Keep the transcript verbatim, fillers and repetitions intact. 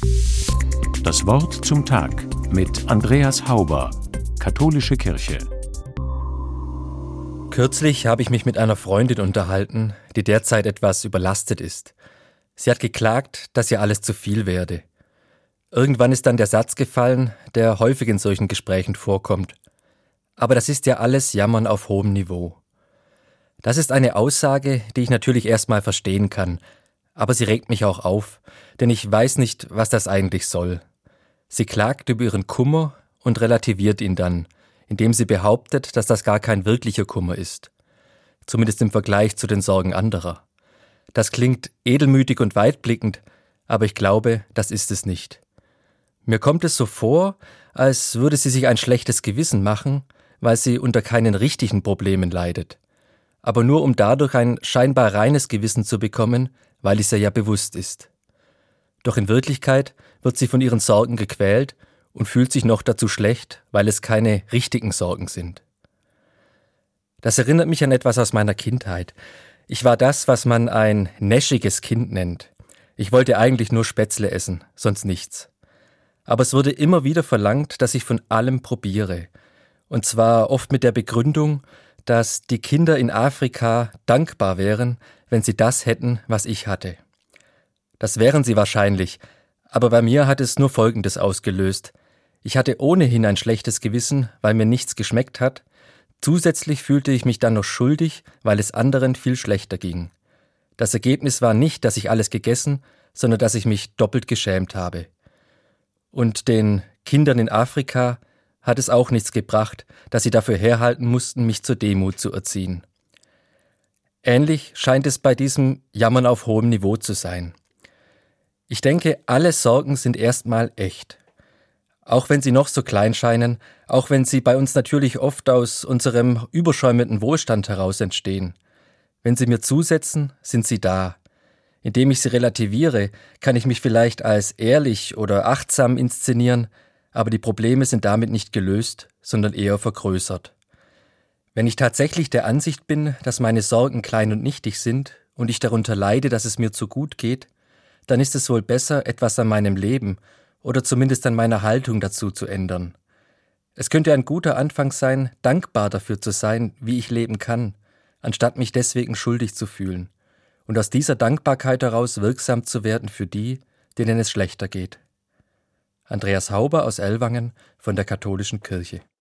Das Wort zum Tag mit Andreas Hauber, Katholische Kirche. Kürzlich habe ich mich mit einer Freundin unterhalten, die derzeit etwas überlastet ist. Sie hat geklagt, dass ihr alles zu viel werde. Irgendwann ist dann der Satz gefallen, der häufig in solchen Gesprächen vorkommt. Aber das ist ja alles Jammern auf hohem Niveau. Das ist eine Aussage, die ich natürlich erstmal verstehen kann, aber sie regt mich auch auf, denn ich weiß nicht, was das eigentlich soll. Sie klagt über ihren Kummer und relativiert ihn dann, indem sie behauptet, dass das gar kein wirklicher Kummer ist. Zumindest im Vergleich zu den Sorgen anderer. Das klingt edelmütig und weitblickend, aber ich glaube, das ist es nicht. Mir kommt es so vor, als würde sie sich ein schlechtes Gewissen machen, weil sie unter keinen richtigen Problemen leidet. Aber nur um dadurch ein scheinbar reines Gewissen zu bekommen, weil es ihr ja bewusst ist. Doch in Wirklichkeit wird sie von ihren Sorgen gequält und fühlt sich noch dazu schlecht, weil es keine richtigen Sorgen sind. Das erinnert mich an etwas aus meiner Kindheit. Ich war das, was man ein näschiges Kind nennt. Ich wollte eigentlich nur Spätzle essen, sonst nichts. Aber es wurde immer wieder verlangt, dass ich von allem probiere. Und zwar oft mit der Begründung, dass die Kinder in Afrika dankbar wären, wenn sie das hätten, was ich hatte. Das wären sie wahrscheinlich, aber bei mir hat es nur Folgendes ausgelöst. Ich hatte ohnehin ein schlechtes Gewissen, weil mir nichts geschmeckt hat. Zusätzlich fühlte ich mich dann noch schuldig, weil es anderen viel schlechter ging. Das Ergebnis war nicht, dass ich alles gegessen, sondern dass ich mich doppelt geschämt habe. Und den Kindern in Afrika hat es auch nichts gebracht, dass sie dafür herhalten mussten, mich zur Demut zu erziehen. Ähnlich scheint es bei diesem Jammern auf hohem Niveau zu sein. Ich denke, alle Sorgen sind erstmal echt. Auch wenn sie noch so klein scheinen, auch wenn sie bei uns natürlich oft aus unserem überschäumenden Wohlstand heraus entstehen. Wenn sie mir zusetzen, sind sie da. Indem ich sie relativiere, kann ich mich vielleicht als ehrlich oder achtsam inszenieren, aber die Probleme sind damit nicht gelöst, sondern eher vergrößert. Wenn ich tatsächlich der Ansicht bin, dass meine Sorgen klein und nichtig sind und ich darunter leide, dass es mir zu gut geht, dann ist es wohl besser, etwas an meinem Leben oder zumindest an meiner Haltung dazu zu ändern. Es könnte ein guter Anfang sein, dankbar dafür zu sein, wie ich leben kann, anstatt mich deswegen schuldig zu fühlen. Und aus dieser Dankbarkeit heraus wirksam zu werden für die, denen es schlechter geht. Andreas Hauber aus Ellwangen von der Katholischen Kirche.